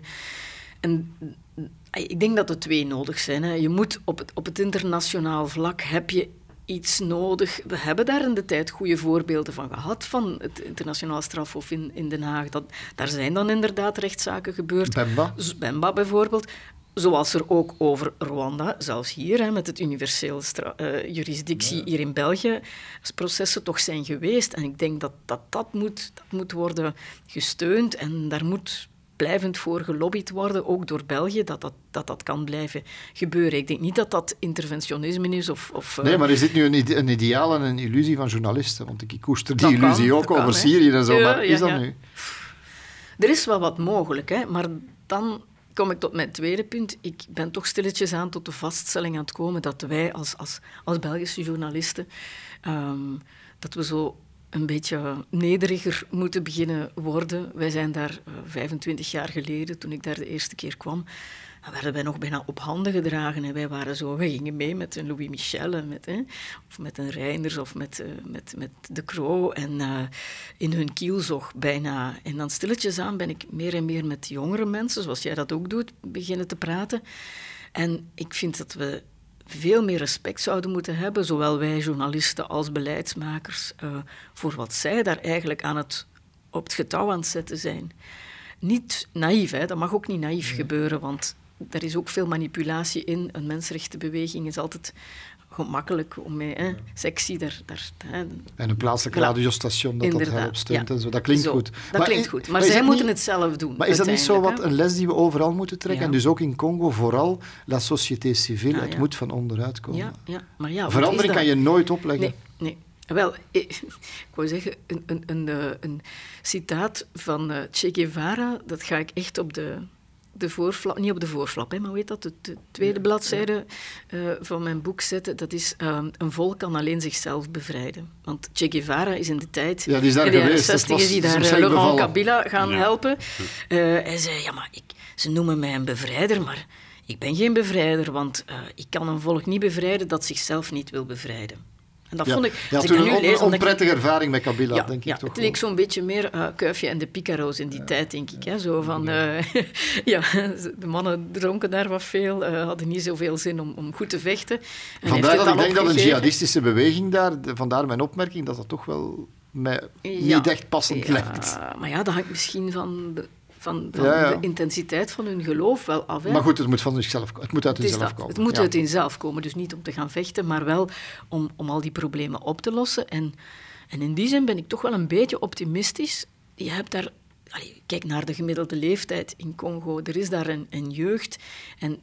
En ik denk dat er twee nodig zijn. Hè. Je moet op het, op het internationaal vlak heb je iets nodig. We hebben daar in de tijd goede voorbeelden van gehad, van het internationaal strafhof in, in Den Haag. Dat, daar zijn dan inderdaad rechtszaken gebeurd. Bemba. Bemba bijvoorbeeld. Zoals er ook over Rwanda, zelfs hier, hè, met het universele stra- uh, jurisdictie ja. hier in België, als processen toch zijn geweest. En ik denk dat dat, dat, moet, dat moet worden gesteund en daar moet blijvend voor gelobbyd worden, ook door België, dat dat, dat dat kan blijven gebeuren. Ik denk niet dat dat interventionisme is of... of nee, maar is dit nu een, ide- een ideaal en een illusie van journalisten? Want ik koester die dat illusie kan, ook kan, over hè. Syrië en zo, Ja, maar ja, is dat ja. nu? Er is wel wat mogelijk, hè, maar dan kom ik tot mijn tweede punt. Ik ben toch stilletjes aan tot de vaststelling aan het komen dat wij als, als, als Belgische journalisten, um, dat we zo een beetje nederiger moeten beginnen worden. Wij zijn daar uh, vijfentwintig jaar geleden, toen ik daar de eerste keer kwam, dan werden wij nog bijna op handen gedragen. En wij waren zo, wij gingen mee met een Louis Michel, en met, hè, of met een Reinders, of met, uh, met, met De Croo, en uh, in hun kielzog bijna. En dan stilletjes aan ben ik meer en meer met jongere mensen, zoals jij dat ook doet, beginnen te praten. En ik vind dat we veel meer respect zouden moeten hebben, zowel wij journalisten als beleidsmakers, uh, voor wat zij daar eigenlijk aan het, op het getouw aan het zetten zijn. Niet naïef, hè? Dat mag ook niet naïef ja. gebeuren, want er is ook veel manipulatie in. Een mensenrechtenbeweging is altijd gemakkelijk om mee, hè? Sexy, daar... daar hè? En een plaatselijk Voilà. radiostation dat Inderdaad, dat daarop steunt ja. en zo. Dat klinkt zo, goed. Dat maar klinkt is, goed, maar, maar zij moeten niet, het zelf doen. Maar is dat niet zo wat hè? een les die we overal moeten trekken? Ja. En dus ook in Congo, vooral la société civile, Ah, het ja. moet van onderuit komen. Ja, ja, maar ja, wat Verandering is kan dat? je nooit opleggen. Nee, nee. Wel, ik, ik wou zeggen, een, een, een, een citaat van uh, Che Guevara, dat ga ik echt op de, de voorflap, niet op de voorflap, hè, maar hoe heet dat, de, de tweede ja, bladzijde uh, van mijn boek zetten. Dat is, uh, een volk kan alleen zichzelf bevrijden. Want Che Guevara is in de tijd, ja, die is daar in de jaren geweest, zestig is hij daar uh, Laurent bevallen. Kabila gaan ja. helpen. Uh, hij zei, ja, maar ik, ze noemen mij een bevrijder, maar ik ben geen bevrijder, want uh, ik kan een volk niet bevrijden dat zichzelf niet wil bevrijden. En dat ja. vond ik... Je had ik toen dat een nu on, lees, onprettige ik, ervaring met Kabila, ja, denk ja, ik toch het leek zo'n beetje meer uh, Kuifje en de Picaro's in die ja. tijd, denk ik. Hè? Zo van, uh, ja, de mannen dronken daar wat veel, uh, hadden niet zoveel zin om, om goed te vechten. En vandaar dat ik denk opgegeven. dat een jihadistische beweging daar, vandaar mijn opmerking, dat dat toch wel mij ja. niet echt passend ja, lijkt. Maar ja, dat hangt misschien van... De, van, van ja, ja. de intensiteit van hun geloof wel af. Hè? Maar goed, het moet van zichzelf, het moet uit het hunzelf dat. komen. Het moet ja. uit hunzelf komen, dus niet om te gaan vechten, maar wel om, om al die problemen op te lossen. En, en in die zin ben ik toch wel een beetje optimistisch. Je hebt daar... Allee, kijk naar de gemiddelde leeftijd in Congo. Er is daar een, een jeugd. En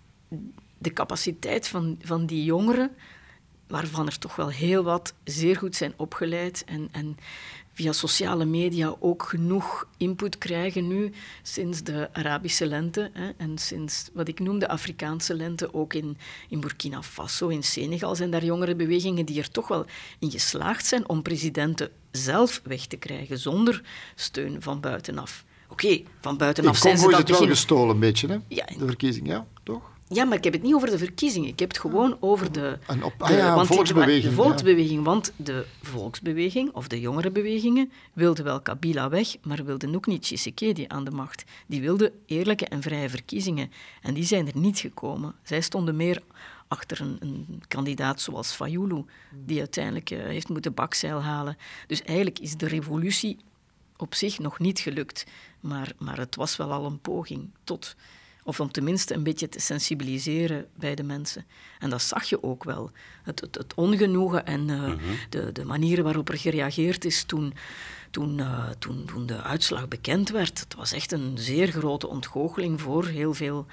de capaciteit van, van die jongeren, waarvan er toch wel heel wat zeer goed zijn opgeleid en... en via sociale media ook genoeg input krijgen nu, sinds de Arabische lente hè, en sinds wat ik noem de Afrikaanse lente, ook in, in Burkina Faso, in Senegal, zijn daar jongere bewegingen die er toch wel in geslaagd zijn om presidenten zelf weg te krijgen, zonder steun van buitenaf. Oké, okay, van buitenaf in zijn ze Congo dat is het wel begin... gestolen, een beetje, hè? Ja, de verkiezing, ja, toch? Ja, maar ik heb het niet over de verkiezingen. Ik heb het gewoon over de... Een op, de ah ja, want volksbeweging. De, de volksbeweging, ja. Want de volksbeweging, of de jongerenbewegingen, wilden wel Kabila weg, maar wilden ook niet Tshisekedi aan de macht. Die wilden eerlijke en vrije verkiezingen. En die zijn er niet gekomen. Zij stonden meer achter een, een kandidaat zoals Fayulu, die uiteindelijk uh, heeft moeten bakzeil halen. Dus eigenlijk is de revolutie op zich nog niet gelukt. Maar, maar het was wel al een poging tot... Of om tenminste een beetje te sensibiliseren bij de mensen. En dat zag je ook wel. Het, het, het ongenoegen en uh, mm-hmm. de, de manieren waarop er gereageerd is toen, toen, uh, toen, toen de uitslag bekend werd. Het was echt een zeer grote ontgoocheling voor heel veel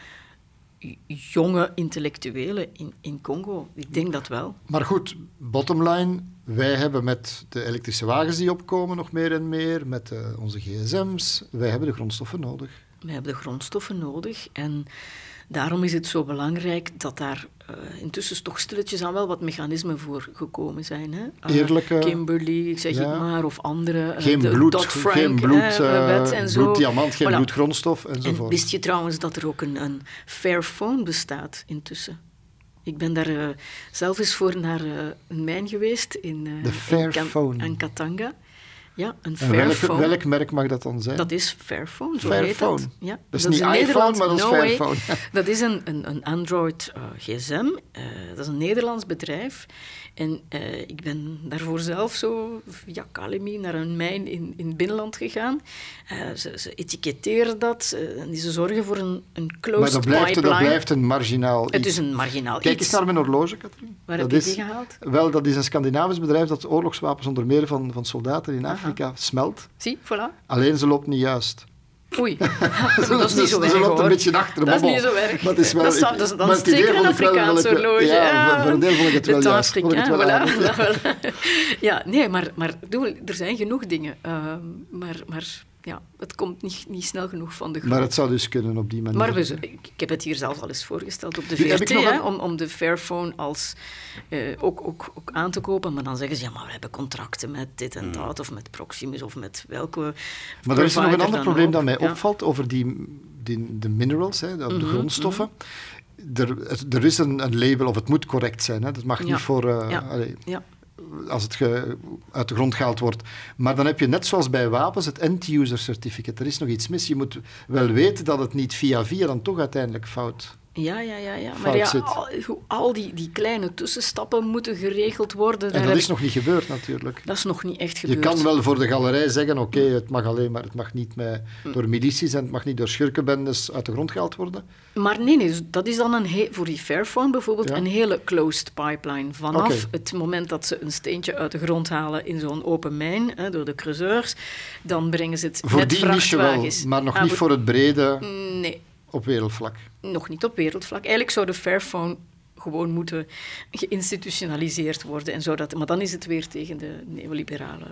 jonge intellectuelen in, in Congo. Ik denk dat wel. Maar goed, bottom line, wij hebben met de elektrische wagens die opkomen nog meer en meer, met uh, onze gsm's, wij hebben de grondstoffen nodig. Wij hebben de grondstoffen nodig en daarom is het zo belangrijk dat daar uh, intussen toch stilletjes aan wel wat mechanismen voor gekomen zijn. Hè? Uh, Eerlijke... Kimberley, ik zeg ja. het maar, of andere. Geen uh, bloed, geen bloed, uh, wet en zo. bloeddiamant, geen voilà. bloedgrondstof enzovoort. En wist je trouwens dat er ook een, een Fairphone bestaat intussen? Ik ben daar uh, zelf eens voor naar uh, een mijn geweest in, uh, de Fairphone. in Kan- Katanga. Ja, een Fairphone. Welk, welk merk mag dat dan zijn? Dat is Fairphone, zo Fairphone. heet dat. Ja. Dat is dat niet is iPhone, maar dat is no Fairphone. Dat is een, een, een Android uh, gsm. Uh, dat is een Nederlands bedrijf. En uh, ik ben daarvoor zelf zo via Calemi naar een mijn in, in het binnenland gegaan. Uh, ze, ze etiketteren dat uh, en ze zorgen voor een, een closed maar dat blijft, pipeline. dat blijft een marginaal iets. Het is een marginaal Kijk iets. eens naar mijn horloge, Katrien. Waar dat heb je is, die gehaald? Wel, dat is een Scandinavisch bedrijf dat oorlogswapens onder meer van, van soldaten in Afrika Aha. smelt. Zie, voilà. Alleen ze loopt niet juist. Oei, dat is niet zo erg, Ze loopt hoor. een beetje achter. Dat is niet zo erg. Dat is wel, dat is, ik, dat is, dat is zeker een Afrikaans horloge. Ja, ja, voor een deel vond ik het wel juist. Afrikaan, voilà. Ja, nee, maar, maar er zijn genoeg dingen. Uh, maar... maar ja, het komt niet, niet snel genoeg van de grond. Maar het zou dus kunnen op die manier. Maar we, ik, ik heb het hier zelf al eens voorgesteld op de V R T, hè, een... om, om de Fairphone als, uh, ook, ook, ook aan te kopen. Maar dan zeggen ze, ja, maar we hebben contracten met dit en dat, of met Proximus, of met welke... Maar er is nog een ander probleem ook. dat mij ja. opvalt over die, die, de minerals, hè, de, mm-hmm, de grondstoffen. Mm-hmm. Er, het, er is een, een label, of het moet correct zijn. Hè. Dat mag ja. niet voor... Uh, ja. Allee, ja. als het ge, uit de grond gehaald wordt. Maar dan heb je net zoals bij wapens het end-user certificate. Er is nog iets mis. Je moet wel weten dat het niet via via dan toch uiteindelijk fout Ja, ja, ja. ja. Maar ja, al, al die, die kleine tussenstappen moeten geregeld worden. En dat is nog niet gebeurd natuurlijk. Dat is nog niet echt gebeurd. Je kan wel voor de galerij zeggen, oké, okay, het mag alleen maar, het mag niet met, door milities en het mag niet door schurkenbendes uit de grond gehaald worden. Maar nee, nee, dat is dan een he- voor die Fairphone bijvoorbeeld ja. een hele closed pipeline. Vanaf okay. het moment dat ze een steentje uit de grond halen in zo'n open mijn, hè, door de creuseurs, dan brengen ze het voor met die vrachtwagens. Niche wel, maar nog ah, niet voor... voor het brede nee. op wereldvlak. Nog niet op wereldvlak. Eigenlijk zou de Fairphone gewoon moeten geïnstitutionaliseerd worden. En zodat, maar dan is het weer tegen de neoliberale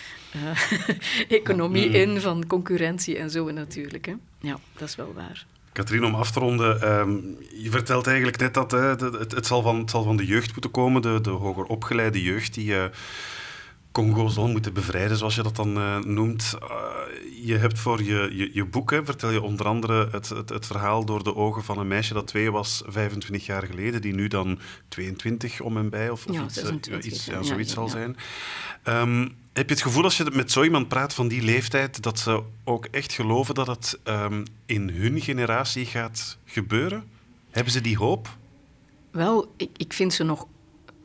uh, economie mm. in van concurrentie en zo natuurlijk. Hè. Ja, dat is wel waar. Katrien, om af te ronden, um, je vertelt eigenlijk net dat hè, de, het, het, zal van, het zal van de jeugd moeten komen, de, de hoger opgeleide jeugd die uh, Congo zal moeten bevrijden, zoals je dat dan uh, noemt. Uh, je hebt voor je, je, je boek, hè, vertel je onder andere het, het, het verhaal door de ogen van een meisje dat twee was, vijfentwintig jaar geleden, die nu dan tweeëntwintig om en bij, of, of ja, iets, zesentwintig, iets, ja, ja, zoiets ja, zal ja. zijn. Um, heb je het gevoel, als je met zo iemand praat van die leeftijd, dat ze ook echt geloven dat het um, in hun generatie gaat gebeuren? Hebben ze die hoop? Wel, ik, ik vind ze nog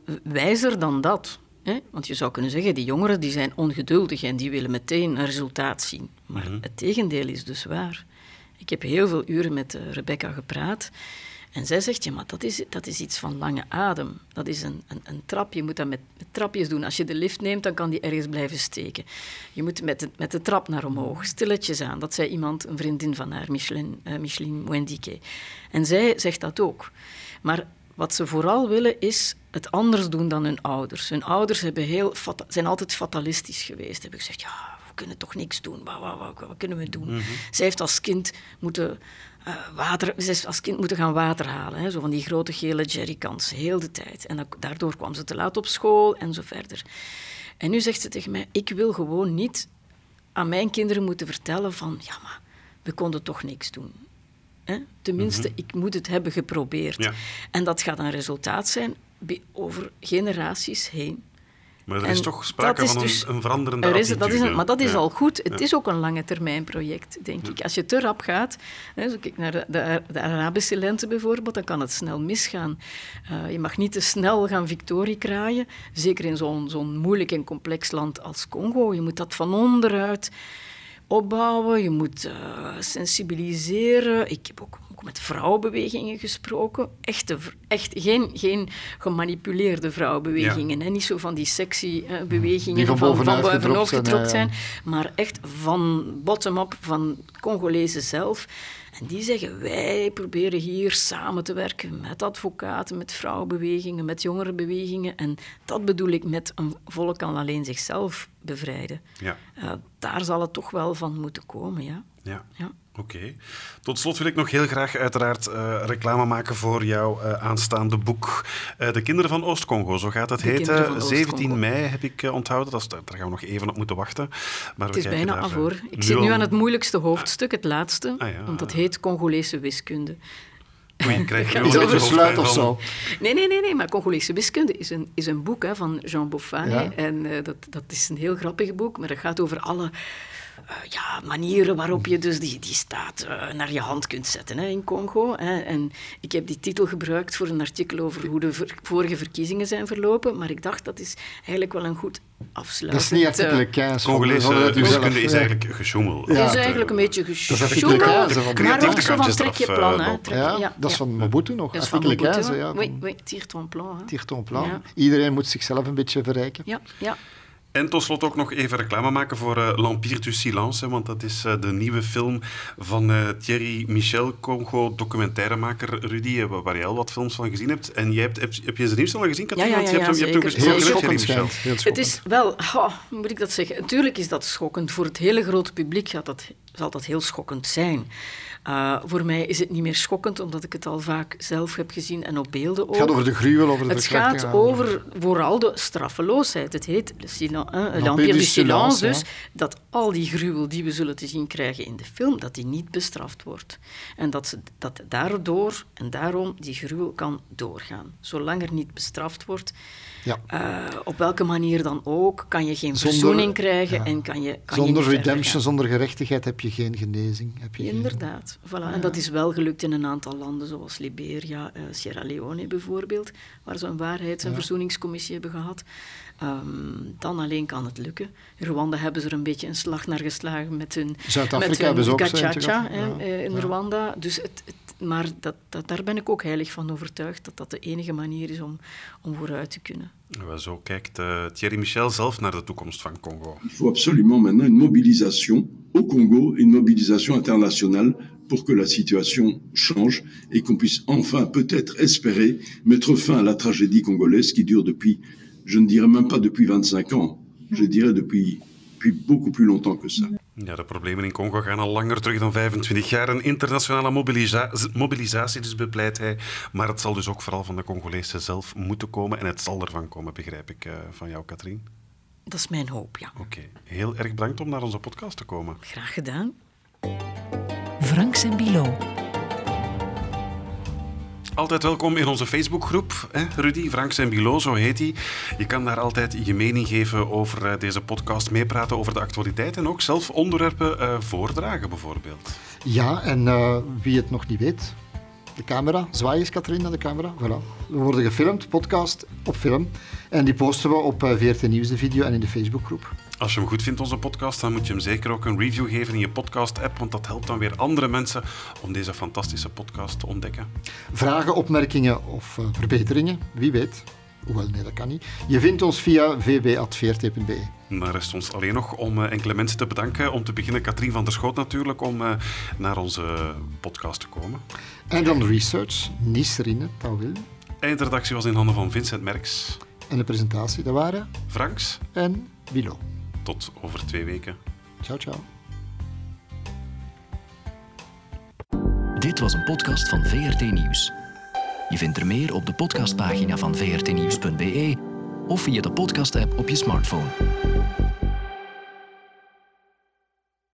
wijzer dan dat. Hè? Want je zou kunnen zeggen, die jongeren die zijn ongeduldig en die willen meteen een resultaat zien. Maar mm-hmm. het tegendeel is dus waar. Ik heb heel veel uren met uh, Rebecca gepraat. En zij zegt, ja, maar dat is, dat is iets van lange adem. Dat is een, een, een trap. Je moet dat met, met trapjes doen. Als je de lift neemt, dan kan die ergens blijven steken. Je moet met de, met de trap naar omhoog, stilletjes aan. Dat zei iemand, een vriendin van haar, Micheline, uh, Micheline Mwendike. En zij zegt dat ook. Maar wat ze vooral willen, is het anders doen dan hun ouders. Hun ouders hebben heel fata- zijn altijd fatalistisch geweest. Hebben gezegd, ja, we kunnen toch niks doen. Wat, wat, wat, wat kunnen we doen? Mm-hmm. Zij heeft als kind moeten... Uh, water, ze is als kind moeten gaan water halen, hè, zo van die grote gele jerrycans, heel de tijd. En dat, daardoor kwam ze te laat op school en zo verder. En nu zegt ze tegen mij, ik wil gewoon niet aan mijn kinderen moeten vertellen van, ja, maar we konden toch niks doen. Hè? Tenminste, mm-hmm. ik moet het hebben geprobeerd. Ja. En dat gaat een resultaat zijn over generaties heen. Maar er is en toch sprake is van dus, een, een veranderende attitude. Is, dat is een, maar dat is ja. al goed. Het ja. is ook een lange termijn project, denk ja. ik. Als je te rap gaat, hè, zo kijk naar de, de, de Arabische lente bijvoorbeeld, dan kan het snel misgaan. Uh, je mag niet te snel gaan victorie kraaien, zeker in zo'n, zo'n moeilijk en complex land als Congo. Je moet dat van onderuit opbouwen, je moet uh, sensibiliseren. Ik heb ook, ook met vrouwenbewegingen gesproken. Echte, echt geen, geen gemanipuleerde vrouwenbewegingen. Ja. Hè? Niet zo van die sexy uh, bewegingen die van, van, bovenaf van bovenaf gedrukt zijn, ja, ja. maar echt van bottom-up, van Congolezen zelf. En die zeggen, wij proberen hier samen te werken met advocaten, met vrouwenbewegingen, met jongerenbewegingen. En dat bedoel ik met een volk kan alleen zichzelf bevrijden. Ja. Uh, daar zal het toch wel van moeten komen, ja. Ja. ja. Oké. Okay. Tot slot wil ik nog heel graag uiteraard uh, reclame maken voor jouw uh, aanstaande boek uh, De Kinderen van Oost-Congo. Zo gaat het De heten. zeventien mei heb ik uh, onthouden. Dat is, daar gaan we nog even op moeten wachten. Maar het we is bijna daar, af hoor. Ik nu zit nu al... aan het moeilijkste hoofdstuk, het laatste. Ah, ja. Want dat heet Congolese wiskunde. Oei, krijg je is dat een besluit of zo? Nee, nee, nee, nee, maar Congolese wiskunde is een, is een boek hè, van Jean Boffin. Ja. En uh, dat, dat is een heel grappig boek, maar dat gaat over alle uh, ja, manieren waarop je dus die, die staat uh, naar je hand kunt zetten hè, in Congo. Hè. En ik heb die titel gebruikt voor een artikel over hoe de ver, vorige verkiezingen zijn verlopen, maar ik dacht dat is eigenlijk wel een goed afsluiten. Dat is niet artikel quinze. Congolese wiskunde is eigenlijk gesjoemeld. Het ja. is eigenlijk een beetje gesjoemeld, maar ook zo van trek je plan. Hè. Trek, ja, ja, dat is van Mobutu nog. Dat is van Mobutu, Mobutu, ja. Oui, oui, tire ton plan. Hè. Tire ton plan. Ja. Iedereen moet zichzelf een beetje verrijken. Ja, ja. En tot slot ook nog even reclame maken voor uh, L'Empire du Silence, hè, want dat is uh, de nieuwe film van uh, Thierry Michel, Congo-documentairemaker, Rudy, uh, waar je al wat films van gezien hebt. En jij hebt, heb, heb je ze nieuwste al gezien, Katrien? Ja, ja, ja, je hebt, ja, hem, je hebt hem gesproken met Thierry Michel. Het is wel, oh, hoe moet ik dat zeggen? Natuurlijk is dat schokkend. Voor het hele grote publiek gaat dat, zal dat heel schokkend zijn. Uh, voor mij is het niet meer schokkend, omdat ik het al vaak zelf heb gezien en op beelden ook. Het gaat over de gruwel, over de Het gaat ja. over vooral de straffeloosheid. Het heet L'Empire du Silence, dus ja. dat al die gruwel die we zullen te zien krijgen in de film, dat die niet bestraft wordt. En dat, ze, dat daardoor en daarom die gruwel kan doorgaan. Zolang er niet bestraft wordt, ja. uh, op welke manier dan ook, kan je geen zonder, verzoening krijgen ja. en kan je kan Zonder je niet redemption, zonder gerechtigheid heb je geen genezing. Heb je Inderdaad. Geen... Voilà. Ja. En dat is wel gelukt in een aantal landen, zoals Liberia, uh, Sierra Leone bijvoorbeeld, waar ze een waarheids- en ja. verzoeningscommissie hebben gehad. Um, dan alleen kan het lukken. In Rwanda hebben ze er een beetje een slag naar geslagen met hun, Zuid-Afrika hebben ze ook gachacha ja. in ja. Rwanda. Dus het, het, maar dat, dat, daar ben ik ook heilig van overtuigd, dat dat de enige manier is om, om vooruit te kunnen. Zo kijkt uh, Thierry Michel zelf naar de toekomst van Congo. Il faut absolument maintenant une mobilisation au Congo, une mobilisation internationale pour que la situation change et qu'on puisse enfin peut-être espérer mettre fin à la tragédie congolaise qui dure depuis, je ne dirais même pas depuis vingt-cinq ans, je dirais depuis, depuis beaucoup plus longtemps que ça. Ja, de problemen in Congo gaan al langer terug dan vijfentwintig jaar. Een internationale mobilisa- mobilisatie, dus bepleit hij. Maar het zal dus ook vooral van de Congolezen zelf moeten komen. En het zal ervan komen, begrijp ik uh, van jou, Katrien. Dat is mijn hoop, ja. Oké. Okay. Heel erg bedankt om naar onze podcast te komen. Graag gedaan. Franks en Bilo. Altijd welkom in onze Facebookgroep, hè, Rudy, Franks en Bilo, zo heet die. Je kan daar altijd je mening geven over uh, deze podcast, meepraten over de actualiteit en ook zelf onderwerpen uh, voordragen, bijvoorbeeld. Ja, en uh, wie het nog niet weet, de camera, zwaai eens, Katrien, naar de camera. Voilà. We worden gefilmd, podcast op film. En die posten we op uh, V R T Nieuws, de video, en in de Facebookgroep. Als je hem goed vindt, onze podcast, dan moet je hem zeker ook een review geven in je podcast-app, want dat helpt dan weer andere mensen om deze fantastische podcast te ontdekken. Vragen, opmerkingen of uh, verbeteringen, wie weet. Hoewel, nee, dat kan niet. Je vindt ons via v b at v r t punt b e. Dan rest ons alleen nog om uh, enkele mensen te bedanken. Om te beginnen Katrien van der Schoot natuurlijk, om uh, naar onze podcast te komen. En dan research, Nisserine Tauwil. Eindredactie was in handen van Vincent Merks. En de presentatie, dat waren... Franks. En Bilo. Tot over twee weken. Ciao, ciao. Dit was een podcast van V R T Nieuws. Je vindt er meer op de podcastpagina van v r t nieuws punt b e of via de podcast-app op je smartphone.